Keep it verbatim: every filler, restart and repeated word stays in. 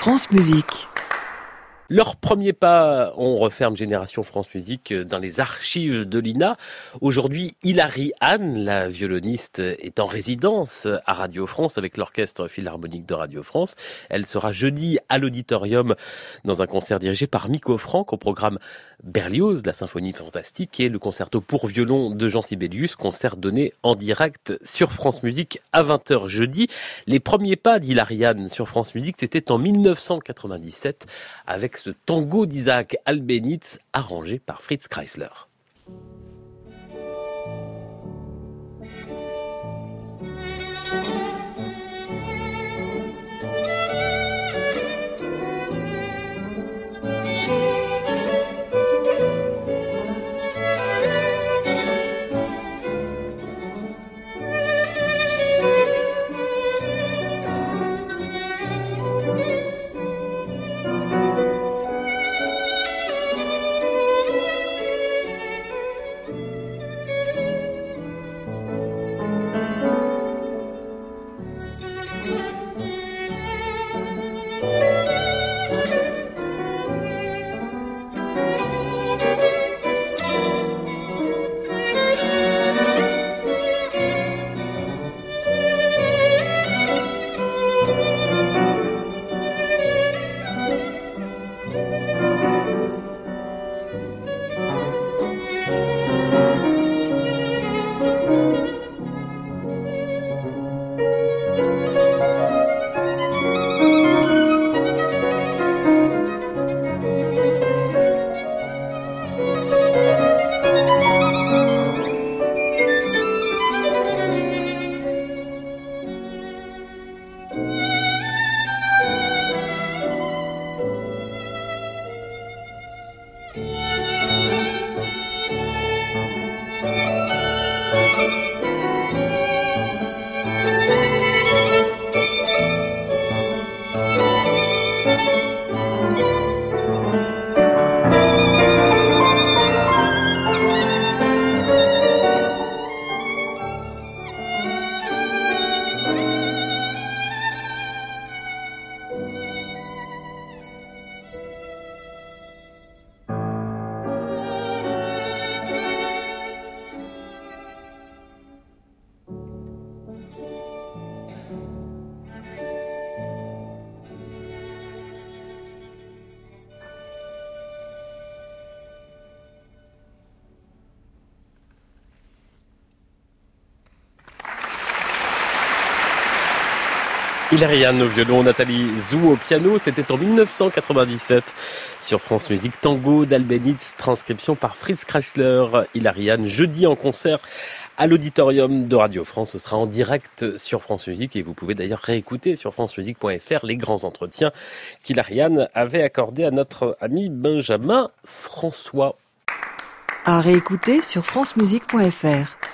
France Musique. Leur premier pas, on referme Génération France Musique dans les archives de l'I N A. Aujourd'hui, Hilary Hahn, la violoniste, est en résidence à Radio France avec l'Orchestre Philharmonique de Radio France. Elle sera jeudi à l'Auditorium dans un concert dirigé par Miko Franck au programme Berlioz, la symphonie fantastique, et le concerto pour violon de Jean Sibelius, concert donné en direct sur France Musique à vingt heures jeudi. Les premiers pas d'Hilary Hahn sur France Musique, c'était en dix-neuf cent quatre-vingt-dix-sept avec ce tango d'Isaac Albéniz arrangé par Fritz Kreisler. Hilary Hahn au violon, Nathalie Zou au piano, c'était en dix-neuf cent quatre-vingt-dix-sept sur France Musique. Tango d'Albéniz, transcription par Fritz Kreisler. Hilary Hahn, jeudi en concert à l'Auditorium de Radio France. Ce sera en direct sur France Musique et vous pouvez d'ailleurs réécouter sur francemusique point f r les grands entretiens qu'Hilary Hahn avait accordés à notre ami Benjamin François. À réécouter sur francemusique point f r.